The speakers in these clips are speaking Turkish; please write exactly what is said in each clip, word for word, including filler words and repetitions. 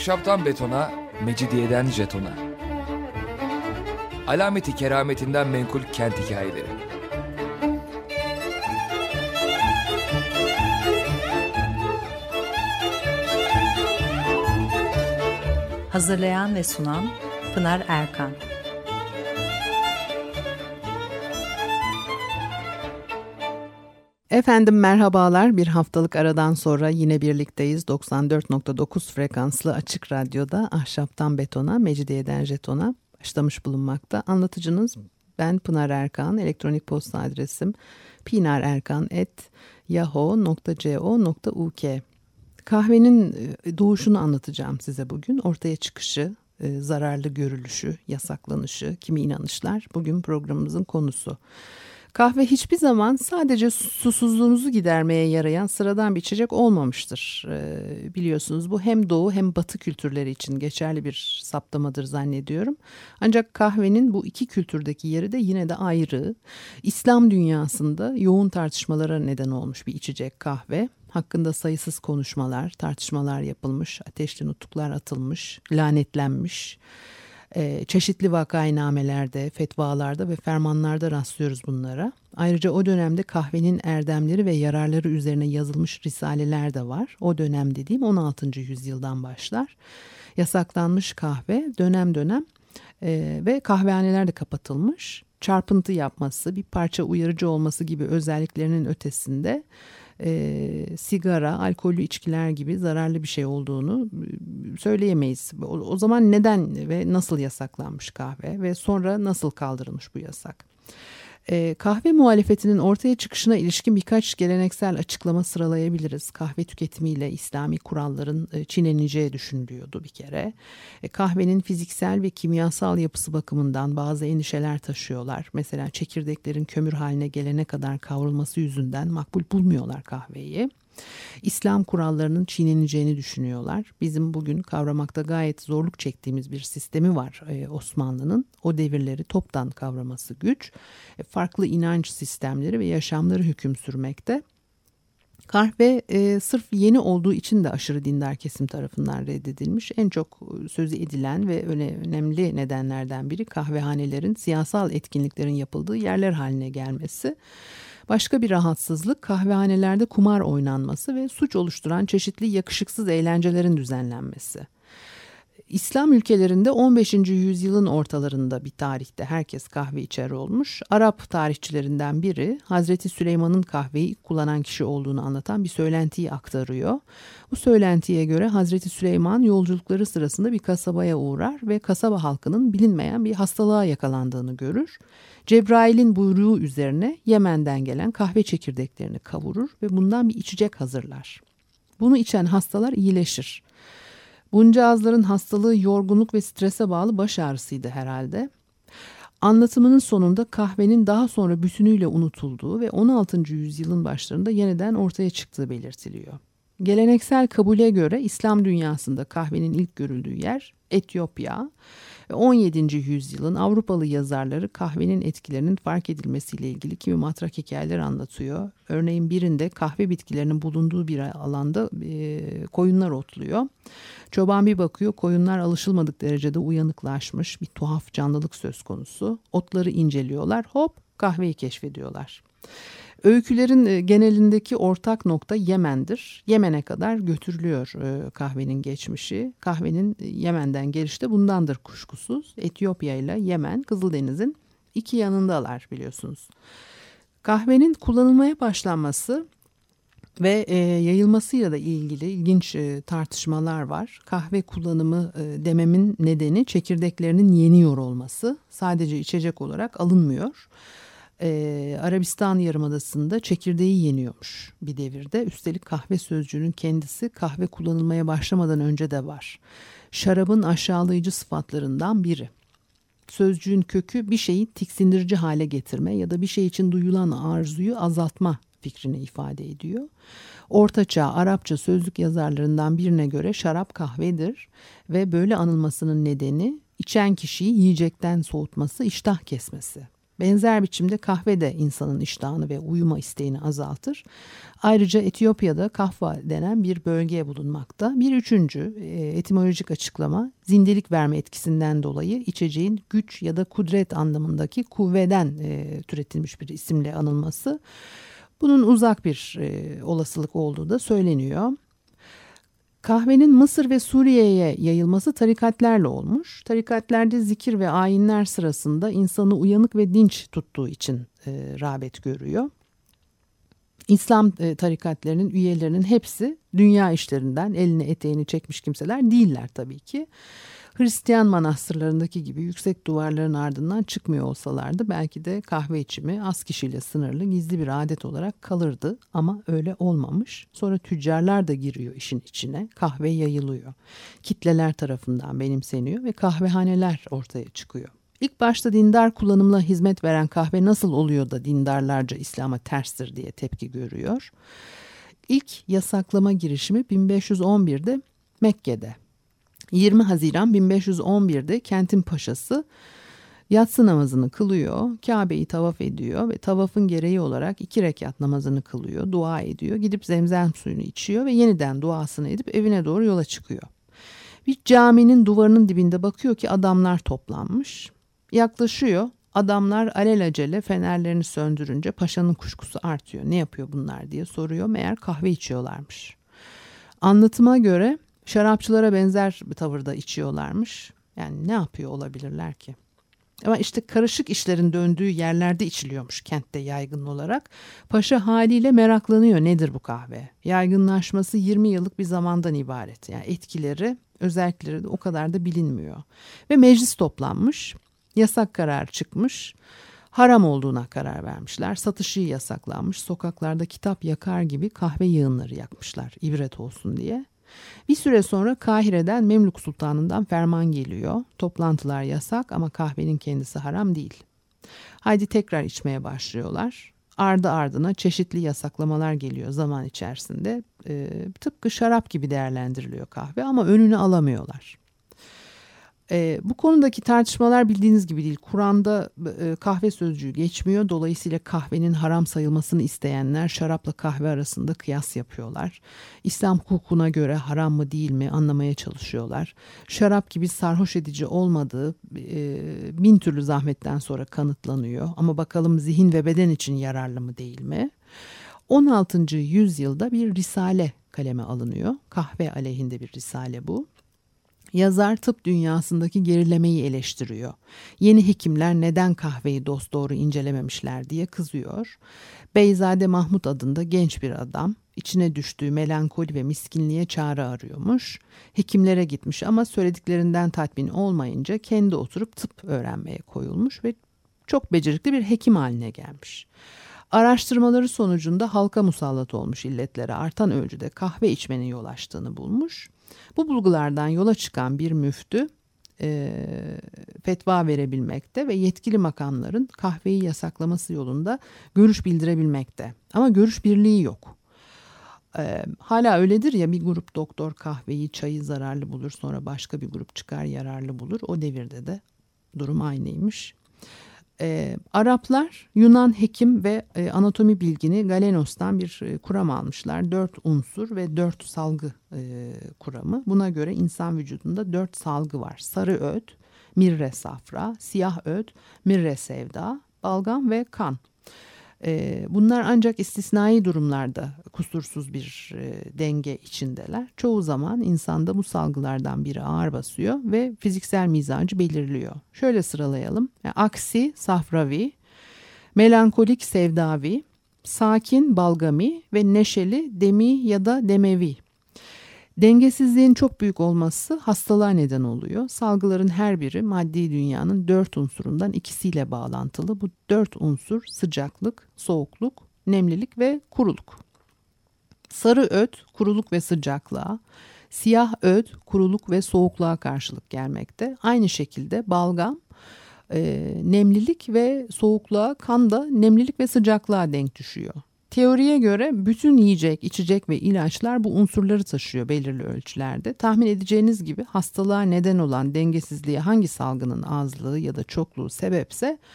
Ahşaptan betona, mecidiyeden jetona. Alameti kerametinden menkul kent hikayeleri. Hazırlayan ve sunan Pınar Erkan. Efendim merhabalar. Bir haftalık aradan sonra yine birlikteyiz. doksan dört nokta dokuz frekanslı Açık Radyo'da Ahşaptan Betona, Mecidiyeden Jeton'a başlamış bulunmakta. Anlatıcınız ben Pınar Erkan. Elektronik posta adresim pinarerkan at yahoo nokta co nokta uk. Kahvenin doğuşunu anlatacağım size bugün. Ortaya çıkışı, zararlı görülüşü, yasaklanışı, kimi inanışlar bugün programımızın konusu. Kahve hiçbir zaman sadece susuzluğunuzu gidermeye yarayan sıradan bir içecek olmamıştır. Ee, biliyorsunuz bu hem doğu hem batı kültürleri için geçerli bir saptamadır zannediyorum. Ancak kahvenin bu iki kültürdeki yeri de yine de ayrı. İslam dünyasında yoğun tartışmalara neden olmuş bir içecek kahve. Hakkında sayısız konuşmalar, tartışmalar yapılmış, ateşli nutuklar atılmış, lanetlenmiş. Ee, çeşitli vakainamelerde, fetvalarda ve fermanlarda rastlıyoruz bunlara. Ayrıca o dönemde kahvenin erdemleri ve yararları üzerine yazılmış risaleler de var. O dönem dediğim on altıncı yüzyıldan başlar. Yasaklanmış kahve dönem dönem e, ve kahvehaneler de kapatılmış. Çarpıntı yapması, bir parça uyarıcı olması gibi özelliklerinin ötesinde e, sigara, alkollü içkiler gibi zararlı bir şey olduğunu söyleyemeyiz. O, o zaman neden ve nasıl yasaklanmış kahve ve sonra nasıl kaldırılmış bu yasak? E, kahve muhalefetinin ortaya çıkışına ilişkin birkaç geleneksel açıklama sıralayabiliriz. Kahve tüketimiyle İslami kuralların e, çiğneneceği düşünülüyordu bir kere. E, kahvenin fiziksel ve kimyasal yapısı bakımından bazı endişeler taşıyorlar. Mesela çekirdeklerin kömür haline gelene kadar kavrulması yüzünden makbul bulmuyorlar kahveyi. İslam kurallarının çiğneneceğini düşünüyorlar. Bizim bugün kavramakta gayet zorluk çektiğimiz bir sistemi var e, Osmanlı'nın. O devirleri toptan kavraması güç. E, farklı inanç sistemleri ve yaşamları hüküm sürmekte. Kahve e, sırf yeni olduğu için de aşırı dindar kesim tarafından reddedilmiş. En çok sözü edilen ve öyle önemli nedenlerden biri kahvehanelerin siyasal etkinliklerin yapıldığı yerler haline gelmesi. Başka bir rahatsızlık kahvehanelerde kumar oynanması ve suç oluşturan çeşitli yakışıksız eğlencelerin düzenlenmesi. İslam ülkelerinde on beşinci yüzyılın ortalarında bir tarihte herkes kahve içer olmuş. Arap tarihçilerinden biri Hazreti Süleyman'ın kahveyi kullanan kişi olduğunu anlatan bir söylentiyi aktarıyor. Bu söylentiye göre Hazreti Süleyman yolculukları sırasında bir kasabaya uğrar ve kasaba halkının bilinmeyen bir hastalığa yakalandığını görür. Cebrail'in buyruğu üzerine Yemen'den gelen kahve çekirdeklerini kavurur ve bundan bir içecek hazırlar. Bunu içen hastalar iyileşir. Buncağızların hastalığı yorgunluk ve strese bağlı baş ağrısıydı herhalde. Anlatımının sonunda kahvenin daha sonra bütünüyle unutulduğu ve on altıncı yüzyılın başlarında yeniden ortaya çıktığı belirtiliyor. Geleneksel kabule göre İslam dünyasında kahvenin ilk görüldüğü yer Etiyopya. on yedinci yüzyılın Avrupalı yazarları kahvenin etkilerinin fark edilmesiyle ilgili kimi matrak hikayeler anlatıyor. Örneğin birinde kahve bitkilerinin bulunduğu bir alanda e, koyunlar otluyor. Çoban bir bakıyor, koyunlar alışılmadık derecede uyanıklaşmış, bir tuhaf canlılık söz konusu. Otları inceliyorlar, hop kahveyi keşfediyorlar. Öykülerin genelindeki ortak nokta Yemen'dir. Yemen'e kadar götürülüyor kahvenin geçmişi. Kahvenin Yemen'den gelişi de bundandır kuşkusuz. Etiyopya ile Yemen Kızıldeniz'in iki yanındalar biliyorsunuz. Kahvenin kullanılmaya başlanması ve e, yayılmasıyla da ilgili ilginç e, tartışmalar var. Kahve kullanımı e, dememin nedeni çekirdeklerinin yeniyor olması. Sadece içecek olarak alınmıyor. Ee, Arabistan Yarımadası'nda çekirdeği yeniyormuş bir devirde. Üstelik kahve sözcüğünün kendisi kahve kullanılmaya başlamadan önce de var. Şarabın aşağılayıcı sıfatlarından biri. Sözcüğün kökü bir şeyi tiksindirici hale getirme ya da bir şey için duyulan arzuyu azaltma fikrini ifade ediyor. Ortaçağ Arapça sözlük yazarlarından birine göre şarap kahvedir ve böyle anılmasının nedeni içen kişiyi yiyecekten soğutması, iştah kesmesi. Benzer biçimde kahve de insanın iştahını ve uyuma isteğini azaltır. Ayrıca Etiyopya'da kahva denen bir bölgeye bulunmakta. Bir üçüncü e, etimolojik açıklama, zindelik verme etkisinden dolayı içeceğin güç ya da kudret anlamındaki kuvveden e, türetilmiş bir isimle anılması. Bunun uzak bir e, olasılık olduğu da söyleniyor. Kahvenin Mısır ve Suriye'ye yayılması tarikatlerle olmuş. Tarikatlerde zikir ve ayinler sırasında insanı uyanık ve dinç tuttuğu için e, rağbet görüyor. İslam e, tarikatlerinin üyelerinin hepsi dünya işlerinden elini eteğini çekmiş kimseler değiller tabii ki. Hristiyan manastırlarındaki gibi yüksek duvarların ardından çıkmıyor olsalardı belki de kahve içimi az kişiyle sınırlı gizli bir adet olarak kalırdı ama öyle olmamış. Sonra tüccarlar da giriyor işin içine, kahve yayılıyor. Kitleler tarafından benimseniyor ve kahvehaneler ortaya çıkıyor. İlk başta dindar kullanımla hizmet veren kahve nasıl oluyor da dindarlarca İslam'a terstir diye tepki görüyor. İlk yasaklama girişimi bin beş yüz on birde Mekke'de. yirmi Haziran bin beş yüz on birde kentin paşası yatsı namazını kılıyor, Kabe'yi tavaf ediyor ve tavafın gereği olarak iki rekat namazını kılıyor, dua ediyor, gidip zemzem suyunu içiyor ve yeniden duasını edip evine doğru yola çıkıyor. Bir caminin duvarının dibinde bakıyor ki adamlar toplanmış. Yaklaşıyor, adamlar alelacele fenerlerini söndürünce paşanın kuşkusu artıyor. Ne yapıyor bunlar diye soruyor, meğer kahve içiyorlarmış. Anlatıma göre şarapçılara benzer bir tavırda içiyorlarmış. Yani ne yapıyor olabilirler ki? Ama işte karışık işlerin döndüğü yerlerde içiliyormuş kentte yaygın olarak. Paşa haliyle meraklanıyor, nedir bu kahve? Yaygınlaşması yirmi yıllık bir zamandan ibaret. Yani etkileri, özellikleri de o kadar da bilinmiyor. Ve meclis toplanmış, yasak karar çıkmış. Haram olduğuna karar vermişler. Satışı yasaklanmış. Sokaklarda kitap yakar gibi kahve yığınları yakmışlar ibret olsun diye. Bir süre sonra Kahire'den Memlük Sultanı'ndan ferman geliyor. Toplantılar yasak ama kahvenin kendisi haram değil. Haydi tekrar içmeye başlıyorlar. Ardı ardına çeşitli yasaklamalar geliyor zaman içerisinde. E, tıpkı şarap gibi değerlendiriliyor kahve ama önünü alamıyorlar. E, bu konudaki tartışmalar bildiğiniz gibi değil. Kur'an'da e, kahve sözcüğü geçmiyor. Dolayısıyla kahvenin haram sayılmasını isteyenler şarapla kahve arasında kıyas yapıyorlar. İslam hukukuna göre haram mı değil mi anlamaya çalışıyorlar. Şarap gibi sarhoş edici olmadığı e, bin türlü zahmetten sonra kanıtlanıyor. Ama bakalım zihin ve beden için yararlı mı değil mi? on altıncı yüzyılda bir risale kaleme alınıyor. Kahve aleyhinde bir risale bu. Yazar tıp dünyasındaki gerilemeyi eleştiriyor. Yeni hekimler neden kahveyi dosdoğru incelememişler diye kızıyor. Beyzade Mahmut adında genç bir adam içine düştüğü melankoli ve miskinliğe çare arıyormuş. Hekimlere gitmiş ama söylediklerinden tatmin olmayınca kendi oturup tıp öğrenmeye koyulmuş ve çok becerikli bir hekim haline gelmiş. Araştırmaları sonucunda halka musallat olmuş illetlere artan ölçüde kahve içmenin yol açtığını bulmuş. Bu bulgulardan yola çıkan bir müftü e, fetva verebilmekte ve yetkili makamların kahveyi yasaklaması yolunda görüş bildirebilmekte. Ama görüş birliği yok. E, hala öyledir ya, bir grup doktor kahveyi, çayı zararlı bulur, sonra başka bir grup çıkar yararlı bulur. O devirde de durum aynıymış. E, Araplar Yunan hekim ve e, anatomi bilgini Galenos'tan bir e, kuram almışlar. Dört unsur ve dört salgı e, kuramı. Buna göre insan vücudunda dört salgı var. Sarı öt, mirre safra, siyah öt, mirre sevda, balgam ve kan. E, bunlar ancak istisnai durumlarda kusursuz bir e, denge içindeler. Çoğu zaman insanda bu salgılardan biri ağır basıyor ve fiziksel mizacı belirliyor. Şöyle sıralayalım. Yani aksi safravi, melankolik sevdavi, sakin balgami ve neşeli demi ya da demevi. Dengesizliğin çok büyük olması hastalığa neden oluyor. Salgıların her biri maddi dünyanın dört unsurundan ikisiyle bağlantılı. Bu dört unsur sıcaklık, soğukluk, nemlilik ve kuruluk. Sarı öt kuruluk ve sıcaklığa, siyah öt kuruluk ve soğukluğa karşılık gelmekte. Aynı şekilde balgam e, nemlilik ve soğukluğa, kan da nemlilik ve sıcaklığa denk düşüyor. Teoriye göre bütün yiyecek, içecek ve ilaçlar bu unsurları taşıyor belirli ölçülerde. Tahmin edeceğiniz gibi hastalığa neden olan dengesizliğe hangi salgının azlığı ya da çokluğu sebepse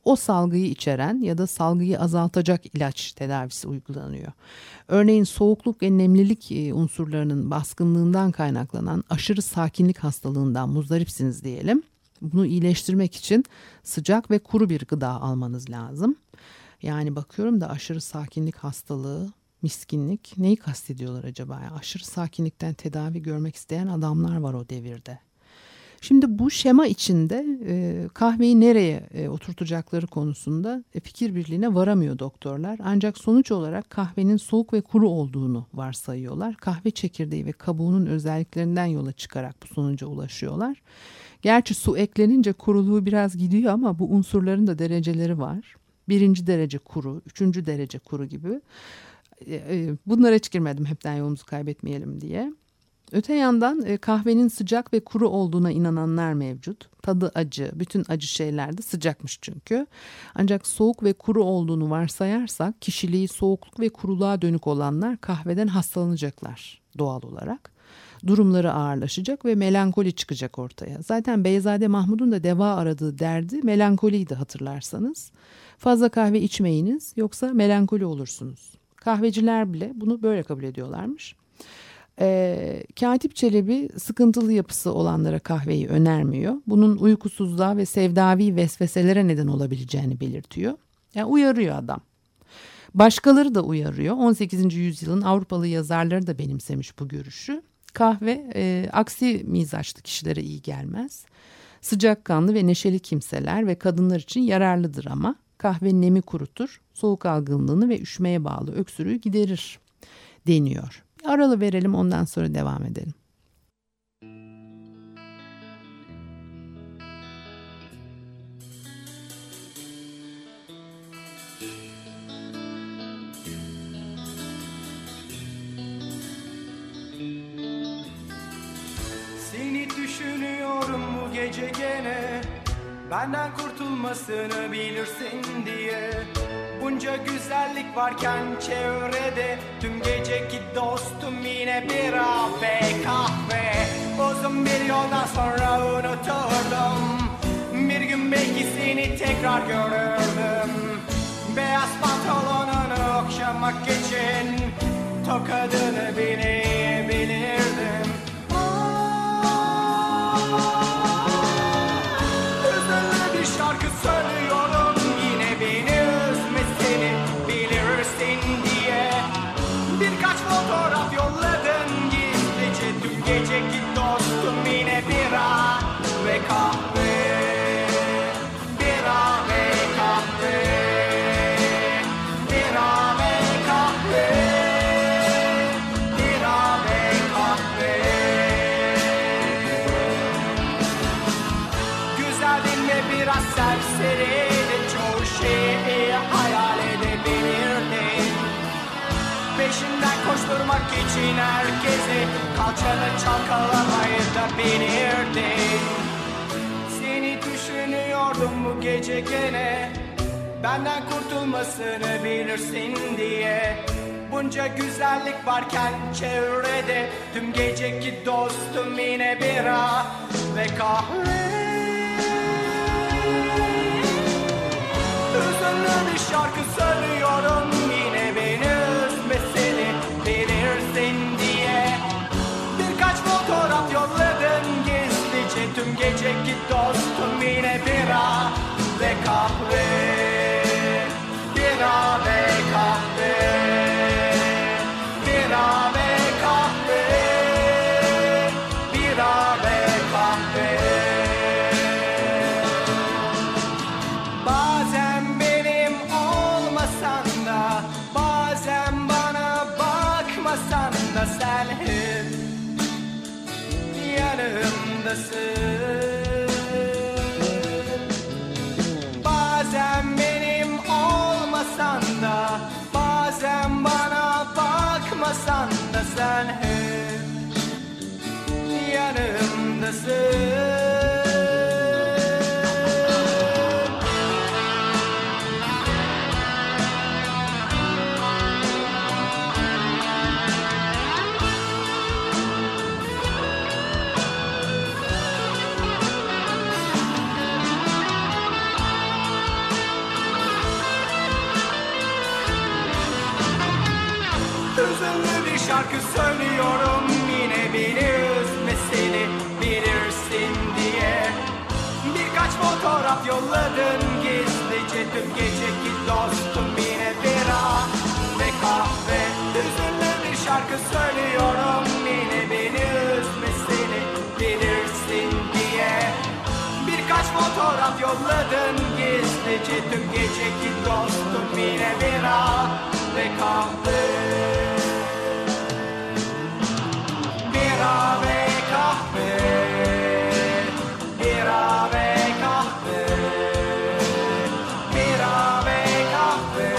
o salgıyı içeren ya da salgıyı azaltacak ilaç tedavisi uygulanıyor. Örneğin soğukluk ve nemlilik unsurlarının baskınlığından kaynaklanan aşırı sakinlik hastalığından muzdaripsiniz diyelim. Bunu iyileştirmek için sıcak ve kuru bir gıda almanız lazım. Yani bakıyorum da aşırı sakinlik hastalığı, miskinlik neyi kastediyorlar acaba? Yani aşırı sakinlikten tedavi görmek isteyen adamlar var o devirde. Şimdi bu şema içinde e, kahveyi nereye e, oturtacakları konusunda e, fikir birliğine varamıyor doktorlar. Ancak sonuç olarak kahvenin soğuk ve kuru olduğunu varsayıyorlar. Kahve çekirdeği ve kabuğunun özelliklerinden yola çıkarak bu sonuca ulaşıyorlar. Gerçi su eklenince kuruluğu biraz gidiyor ama bu unsurların da dereceleri var. Birinci derece kuru, üçüncü derece kuru gibi. E, e, bunlara hiç girmedim hepten yolumuzu kaybetmeyelim diye. Öte yandan kahvenin sıcak ve kuru olduğuna inananlar mevcut. Tadı acı, bütün acı şeyler de sıcakmış çünkü. Ancak soğuk ve kuru olduğunu varsayarsak kişiliği soğukluk ve kuruluğa dönük olanlar kahveden hastalanacaklar doğal olarak. Durumları ağırlaşacak ve melankoli çıkacak ortaya. Zaten Beyzade Mahmud'un da deva aradığı derdi melankoliydi hatırlarsanız. Fazla kahve içmeyiniz yoksa melankoli olursunuz. Kahveciler bile bunu böyle kabul ediyorlarmış. E, Katip Çelebi sıkıntılı yapısı olanlara kahveyi önermiyor. Bunun uykusuzluğa ve sevdavi vesveselere neden olabileceğini belirtiyor. Yani uyarıyor adam. Başkaları da uyarıyor. on sekizinci yüzyılın Avrupalı yazarları da benimsemiş bu görüşü. Kahve e, aksi mizaçlı kişilere iyi gelmez. Sıcakkanlı ve neşeli kimseler ve kadınlar için yararlıdır ama kahve nemi kurutur, soğuk algınlığını ve üşümeye bağlı öksürüğü giderir deniyor. Aralı verelim, ondan sonra devam edelim. Seni düşünüyorum bu gece gene, benden kurtulmasını bilirsin diye. Bunca güzellik varken çevrede, tüm geceki dostum yine bira ve kahve. Uzun bir yoldan sonra unuturdum, bir gün belki seni tekrar görürdüm. Beyaz pantolonunu okşamak için tokadını bile bilirdim. Hüzünlü bir şarkı söylüyorum, yine beni üzmesini bilirsin diye. Birkaç fotoğraf yolladın gizlice, tüm geceki dostum yine bira ve kahve. Bira ve kahve. Bira ve kahve. Bira ve kahve. Güzeldin ve biraz serseriydin, çoğu şeyi hayal edebilirdin. Peşinden koşturmak için herkesi, kalçanı çalkalamayı da bilirdin. Seni düşünüyordum bu gece gene, benden kurtulmasını bilirsin diye. Bunca güzellik varken çevrede, tüm geceki dostum yine bira ve kahve. Hüzünlü bir şarkı söylüyorum, yine beni üzmesini bilirsin diye. Birkaç fotoğraf yolladın gizlice, tüm geceki dostum yine bira ve kahve. Bira ve kahve. Bira ve kahve. Bira ve kahve. Bazen benim olmasan da, bazen bana bakmasan da sen hep yanımdasın. Bazen benim olmasan da, bazen bana bakmasan da sen hep yanımdasın. Hüzünlü bir şarkı söylüyorum yine beni üzmesini bilirsin diye. Birkaç fotoğraf yolladın gizlice dün geceki dostum yine bira ve kahve. Hüzünlü bir şarkı söylüyorum yine beni üzmesini bilirsin diye. Birkaç fotoğraf yolladın gizlice dün geceki dostum yine bira ve kahve. Bira ve kahve, bira ve kahve, bira ve kahve,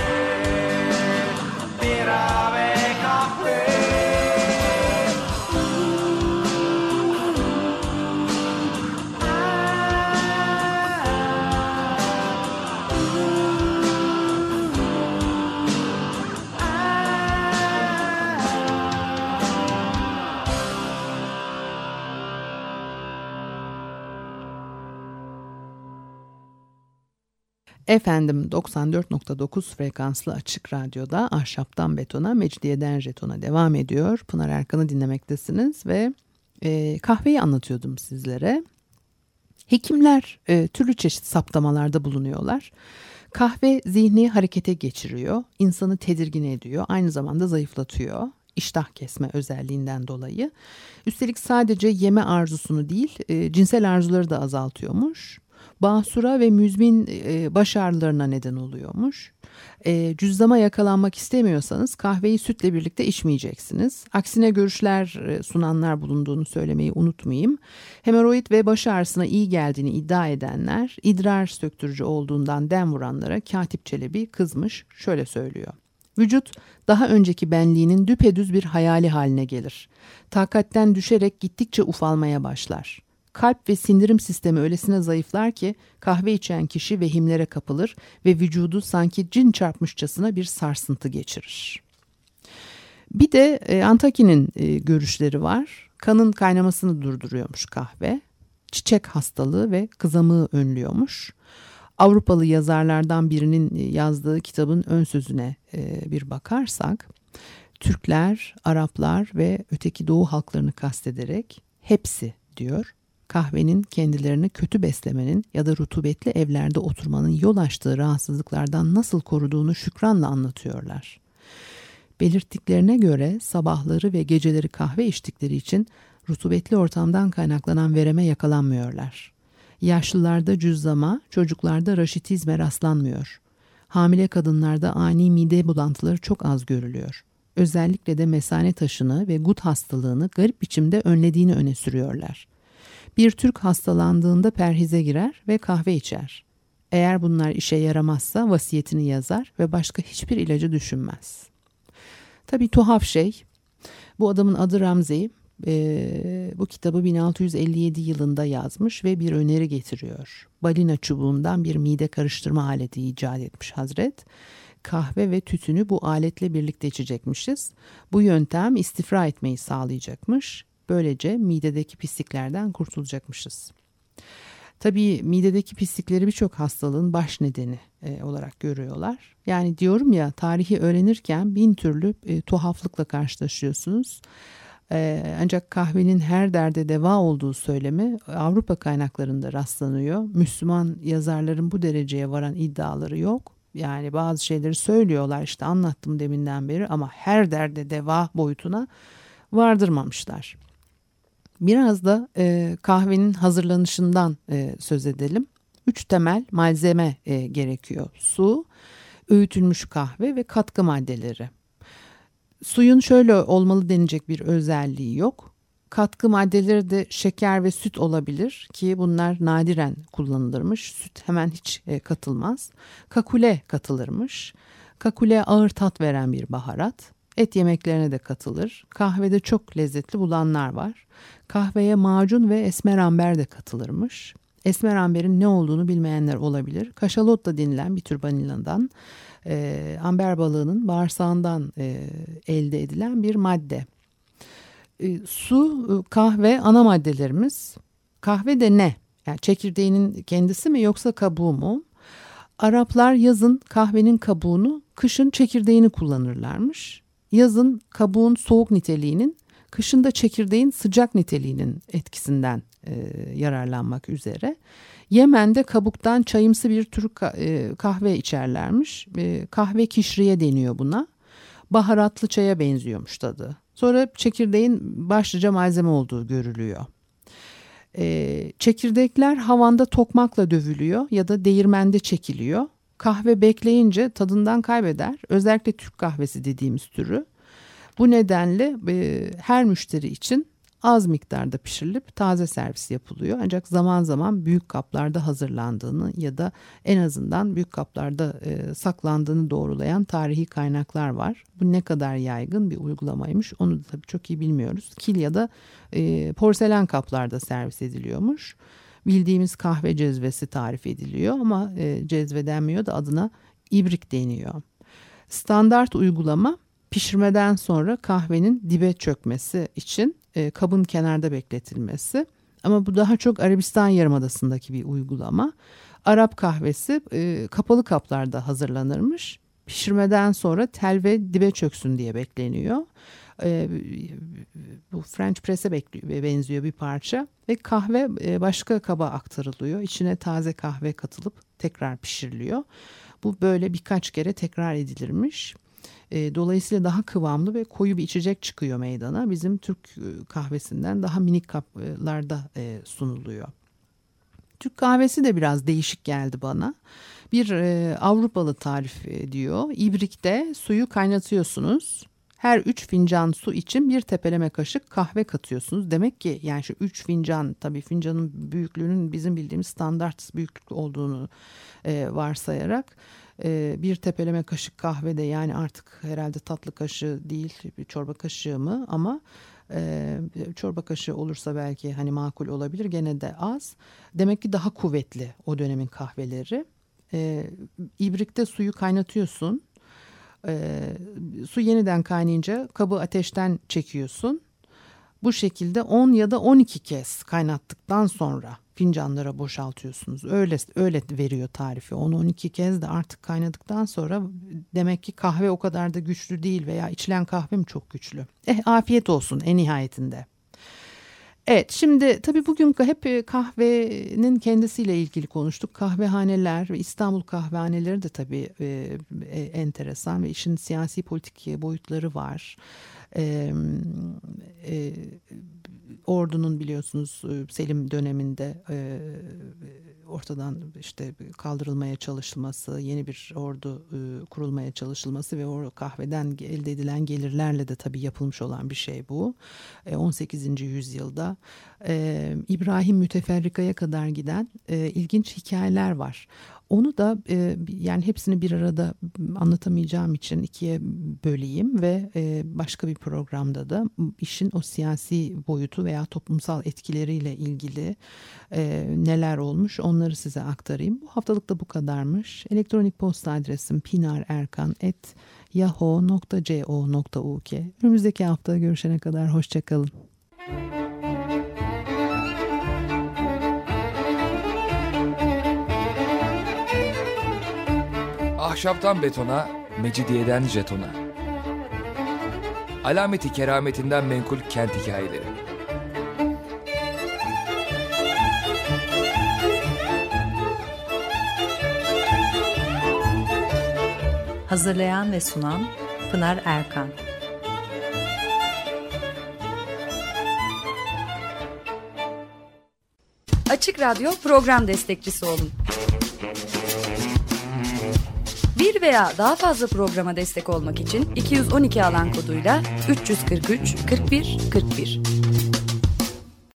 bira ve kahve. Efendim doksan dört nokta dokuz frekanslı Açık Radyo'da Ahşaptan Betona, Mecidiyeden Jeton'a devam ediyor. Pınar Erkan'ı dinlemektesiniz ve e, kahveyi anlatıyordum sizlere. Hekimler e, türlü çeşit saptamalarda bulunuyorlar. Kahve zihni harekete geçiriyor, insanı tedirgin ediyor, aynı zamanda zayıflatıyor. İştah kesme özelliğinden dolayı. Üstelik sadece yeme arzusunu değil, e, cinsel arzuları da azaltıyormuş. Basura ve müzmin e, baş ağrılarına neden oluyormuş. E, cüzdama yakalanmak istemiyorsanız kahveyi sütle birlikte içmeyeceksiniz. Aksine görüşler e, sunanlar bulunduğunu söylemeyi unutmayayım. Hemoroid ve baş ağrısına iyi geldiğini iddia edenler, idrar söktürücü olduğundan dem vuranlara Katip Çelebi kızmış, şöyle söylüyor. Vücut daha önceki benliğinin düpedüz bir hayali haline gelir. Takatten düşerek gittikçe ufalmaya başlar. Kalp ve sindirim sistemi öylesine zayıflar ki kahve içen kişi vehimlere kapılır ve vücudu sanki cin çarpmışçasına bir sarsıntı geçirir. Bir de e, Antaki'nin e, görüşleri var. Kanın kaynamasını durduruyormuş kahve. Çiçek hastalığı ve kızamığı önlüyormuş. Avrupalı yazarlardan birinin yazdığı kitabın ön sözüne e, bir bakarsak, Türkler, Araplar ve öteki Doğu halklarını kastederek hepsi diyor, kahvenin kendilerini kötü beslemenin ya da rutubetli evlerde oturmanın yol açtığı rahatsızlıklardan nasıl koruduğunu şükranla anlatıyorlar. Belirttiklerine göre sabahları ve geceleri kahve içtikleri için rutubetli ortamdan kaynaklanan vereme yakalanmıyorlar. Yaşlılarda cüzzama, çocuklarda raşitizme rastlanmıyor. Hamile kadınlarda ani mide bulantıları çok az görülüyor. Özellikle de mesane taşını ve gut hastalığını garip biçimde önlediğini öne sürüyorlar. Bir Türk hastalandığında perhize girer ve kahve içer. Eğer bunlar işe yaramazsa vasiyetini yazar ve başka hiçbir ilacı düşünmez. Tabii tuhaf şey, bu adamın adı Ramsey. Ee, bu kitabı bin altı yüz elli yedi yılında yazmış ve bir öneri getiriyor. Balina çubuğundan bir mide karıştırma aleti icat etmiş Hazret. Kahve ve tütünü bu aletle birlikte içecekmişiz. Bu yöntem istifra etmeyi sağlayacakmış. Böylece midedeki pisliklerden kurtulacakmışız. Tabii midedeki pislikleri birçok hastalığın baş nedeni e, olarak görüyorlar. Yani diyorum ya, tarihi öğrenirken bin türlü e, tuhaflıkla karşılaşıyorsunuz. Ee, ancak kahvenin her derde deva olduğu söylemi Avrupa kaynaklarında rastlanıyor. Müslüman yazarların bu dereceye varan iddiaları yok. Yani bazı şeyleri söylüyorlar, işte anlattım deminden beri, ama her derde deva boyutuna vardırmamışlar. Biraz da e, kahvenin hazırlanışından e, söz edelim. Üç temel malzeme e, gerekiyor: su, öğütülmüş kahve ve katkı maddeleri. Suyun şöyle olmalı denecek bir özelliği yok. Katkı maddeleri de şeker ve süt olabilir ki bunlar nadiren kullanılırmış. Süt hemen hiç e, katılmaz. Kakule katılırmış. Kakule ağır tat veren bir baharat. Et yemeklerine de katılır. Kahvede çok lezzetli bulanlar var. Kahveye macun ve esmeramber de katılırmış. Esmeramberin ne olduğunu bilmeyenler olabilir. Kaşalot da denilen bir tür vanilyadan, e, amber balığının bağırsağından e, elde edilen bir madde. E, su, kahve ana maddelerimiz. Kahve de ne? Yani çekirdeğinin kendisi mi yoksa kabuğu mu? Araplar yazın kahvenin kabuğunu, kışın çekirdeğini kullanırlarmış. yazın kabuğun soğuk niteliğinin, kışında çekirdeğin sıcak niteliğinin etkisinden e, yararlanmak üzere. Yemen'de kabuktan çayımsı bir tür kahve içerlermiş. E, kahve kişriye deniyor buna. Baharatlı çaya benziyormuş tadı. Sonra çekirdeğin başlıca malzeme olduğu görülüyor. E, çekirdekler havanda tokmakla dövülüyor ya da değirmende çekiliyor. Kahve bekleyince tadından kaybeder. Özellikle Türk kahvesi dediğimiz türü. Bu nedenle e, her müşteri için az miktarda pişirilip taze servis yapılıyor. Ancak zaman zaman büyük kaplarda hazırlandığını ya da en azından büyük kaplarda e, saklandığını doğrulayan tarihi kaynaklar var. Bu ne kadar yaygın bir uygulamaymış onu da tabii çok iyi bilmiyoruz. Kil ya da e, porselen kaplarda servis ediliyormuş. Bildiğimiz kahve cezvesi tarif ediliyor ama e, cezve denmiyor da adına ibrik deniyor. Standart uygulama pişirmeden sonra kahvenin dibe çökmesi için e, kabın kenarda bekletilmesi. Ama bu daha çok Arabistan Yarımadası'ndaki bir uygulama. Arap kahvesi e, kapalı kaplarda hazırlanırmış. Pişirmeden sonra tel ve dibe çöksün diye bekleniyor. E, bu French press'e bekliyor, benziyor bir parça. Ve kahve e, başka kaba aktarılıyor. İçine taze kahve katılıp tekrar pişiriliyor. Bu böyle birkaç kere tekrar edilirmiş. Dolayısıyla daha kıvamlı ve koyu bir içecek çıkıyor meydana. Bizim Türk kahvesinden daha minik kaplarda sunuluyor. Türk kahvesi de biraz değişik geldi bana. Bir Avrupalı tarif diyor. İbrikte suyu kaynatıyorsunuz. Her üç fincan su için bir tepeleme kaşık kahve katıyorsunuz. Demek ki yani şu üç fincan, tabii fincanın büyüklüğünün bizim bildiğimiz standart büyüklük olduğunu varsayarak bir tepeleme kaşık kahve de yani artık herhalde tatlı kaşığı değil bir çorba kaşığı mı ama e, çorba kaşığı olursa belki hani makul olabilir, gene de az. Demek ki daha kuvvetli o dönemin kahveleri. E, ibrikte suyu kaynatıyorsun. E, su yeniden kaynayınca kabı ateşten çekiyorsun. Bu şekilde on ya da on iki kez kaynattıktan sonra fincanlara boşaltıyorsunuz. Öyle öyle veriyor tarifi. on on iki kez de artık kaynadıktan sonra demek ki kahve o kadar da güçlü değil veya içilen kahve mi çok güçlü? Eh afiyet olsun en nihayetinde. Evet, şimdi tabii bugün hep kahvenin kendisiyle ilgili konuştuk. Kahvehaneler ve İstanbul kahvehaneleri de tabii e, e, enteresan ve işin siyasi politik boyutları var. E, e, Ordu'nun biliyorsunuz Selim döneminde e, ortadan işte kaldırılmaya çalışılması, yeni bir ordu e, kurulmaya çalışılması ve o kahveden elde edilen gelirlerle de tabii yapılmış olan bir şey bu. E, on sekizinci yüzyılda e, İbrahim Müteferrika'ya kadar giden e, ilginç hikayeler var. Onu da e, yani hepsini bir arada anlatamayacağım için ikiye böleyim ve e, başka bir programda da işin o siyasi boyutu veya toplumsal etkileriyle ilgili e, neler olmuş onları size aktarayım. Bu haftalık da bu kadarmış. Elektronik posta adresim pinarerkan at yahoo nokta co nokta uk. Önümüzdeki hafta görüşene kadar hoşçakalın. Ahşaptan betona, mecidiyeden jetona. Alameti kerametinden menkul kent hikayeleri. Hazırlayan ve sunan Pınar Erkan. Açık Radyo program destekçisi olun. Bir veya daha fazla programa destek olmak için iki yüz on iki alan koduyla üç yüz kırk üç kırk bir kırk bir.